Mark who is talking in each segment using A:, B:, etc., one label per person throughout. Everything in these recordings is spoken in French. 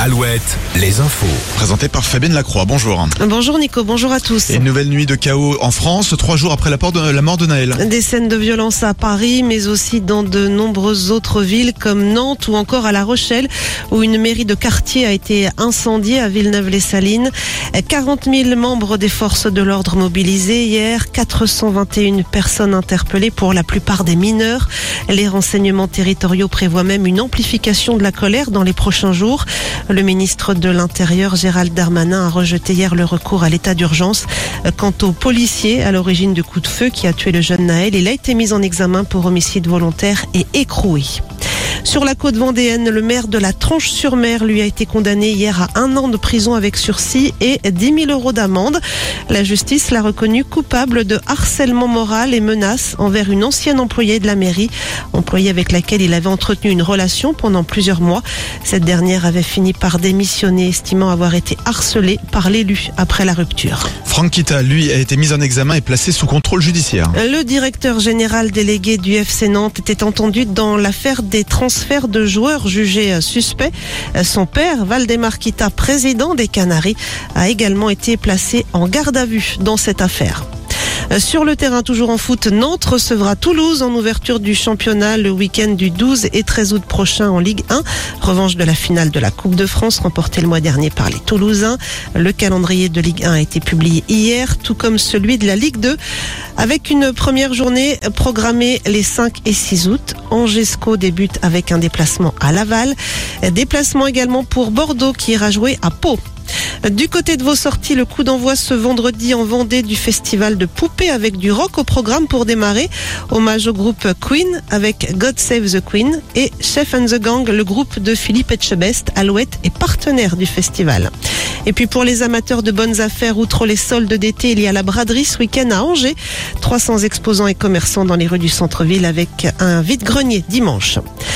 A: Alouette, les infos.
B: Présenté par Fabienne Lacroix, bonjour.
C: Bonjour Nico, bonjour à tous.
B: Et une nouvelle nuit de chaos en France, 3 jours après la mort de Naël.
C: Des scènes de violence à Paris, mais aussi dans de nombreuses autres villes comme Nantes ou encore à La Rochelle, où une mairie de quartier a été incendiée à Villeneuve-les-Salines. 40 000 membres des forces de l'ordre mobilisés hier, 421 personnes interpellées, pour la plupart des mineurs. Les renseignements territoriaux prévoient même une amplification de la colère dans les prochains jours. Le ministre de l'Intérieur, Gérald Darmanin, a rejeté hier le recours à l'état d'urgence. Quant au policier à l'origine du coup de feu qui a tué le jeune Naël, il a été mis en examen pour homicide volontaire et écroué. Sur la côte vendéenne, le maire de la Tranche-sur-Mer lui a été condamné hier à 1 an de prison avec sursis et 10 000 € d'amende. La justice l'a reconnu coupable de harcèlement moral et menaces envers une ancienne employée de la mairie, employée avec laquelle il avait entretenu une relation pendant plusieurs mois. Cette dernière avait fini par démissionner, estimant avoir été harcelée par l'élu après la rupture.
B: Franck Kita, lui, a été mis en examen et placé sous contrôle judiciaire.
C: Le directeur général délégué du FC Nantes était entendu dans l'affaire des transferts de joueurs jugés suspects. Son père, Valdemar Kita, président des Canaries, a également été placé en garde à vue dans cette affaire. Sur le terrain, toujours en foot, Nantes recevra Toulouse en ouverture du championnat le week-end du 12 et 13 août prochain en Ligue 1. Revanche de la finale de la Coupe de France remportée le mois dernier par les Toulousains. Le calendrier de Ligue 1 a été publié hier, tout comme celui de la Ligue 2, avec une première journée programmée les 5 et 6 août. Angesco débute avec un déplacement à Laval. Déplacement également pour Bordeaux qui ira jouer à Pau. Du côté de vos sorties, le coup d'envoi ce vendredi en Vendée du festival de poupées avec du rock au programme pour démarrer. Hommage au groupe Queen avec God Save the Queen et Chef and the Gang, le groupe de Philippe Etchebest. Alouette est partenaire du festival. Et puis pour les amateurs de bonnes affaires, outre les soldes d'été, il y a la braderie ce week-end à Angers. 300 exposants et commerçants dans les rues du centre-ville avec un vide-grenier dimanche.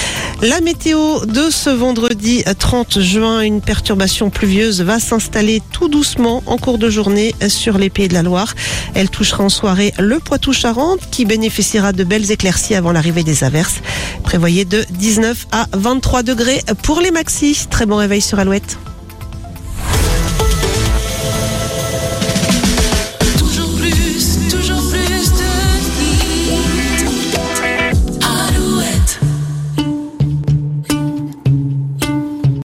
C: La météo de ce vendredi 30 juin, une perturbation pluvieuse va s'installer tout doucement en cours de journée sur les Pays de la Loire. Elle touchera en soirée le Poitou-Charentes qui bénéficiera de belles éclaircies avant l'arrivée des averses. Prévoyez de 19 à 23 degrés pour les maxis. Très bon réveil sur Alouette.